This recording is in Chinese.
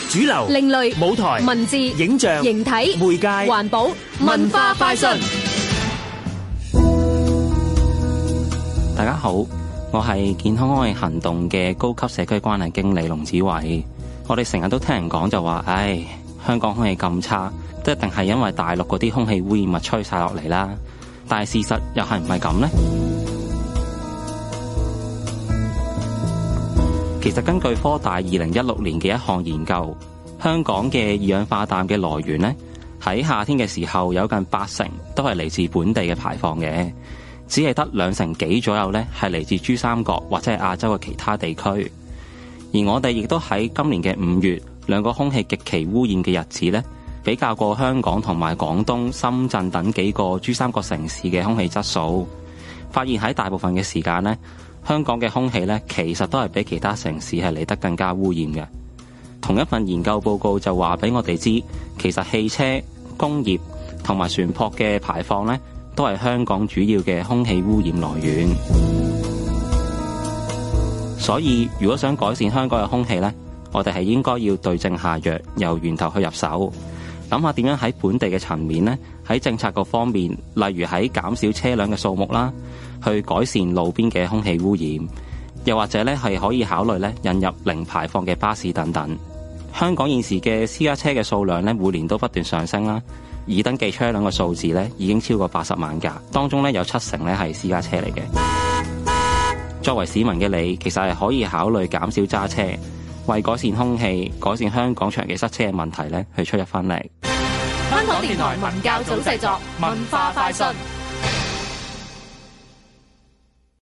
主流、 另類、 舞台、 文字、 影像、 形體、 媒介、 環保、文化快訊。 大家好，我係健康空氣行動嘅高級社區關係經理龍子偉。我哋成日都聽人講就話，香港空氣咁差，都一定係因為大陸嗰啲空氣污染物吹晒落嚟啦。但係事實又係唔係咁呢？其實根據科大2016年嘅一項研究，香港嘅二氧化氮嘅來源呢，喺夏天嘅時候有近80%都係嚟自本地嘅排放嘅，只係得2成幾左右呢係嚟自珠三角或者係亞洲嘅其他地區。而我哋亦都喺今年嘅5月，兩個空氣極其污染嘅日子呢，比較過香港同埋廣東、深圳等幾個珠三角城市嘅空氣質素，發現喺大部分嘅時間呢，香港嘅空氣呢其實都係比其他城市係嚟得更加污染嘅。同一份研究報告就話俾我哋知，其實汽車、工業同埋船舶嘅排放呢，都係香港主要嘅空氣污染來源。所以如果想改善香港嘅空氣呢，我哋係應該要對症下藥，由源頭去入手，諗下點樣喺本地嘅層面呢，喺政策各方面，例如喺減少車輛嘅數目啦，去改善路邊嘅空氣污染，又或者呢係可以考慮呢引入零排放嘅巴士等等。香港現時嘅私家車嘅數量呢，每年都不斷上升啦，已登記車輛嘅數字呢已經超過80萬架，當中呢有70%呢係私家車嚟嘅。作為市民嘅你，其實係可以考慮減少揸車，為改善空氣、改善香港長期塞車嘅問題呢去出一分力。 香港電台文教組製作，文化快訊。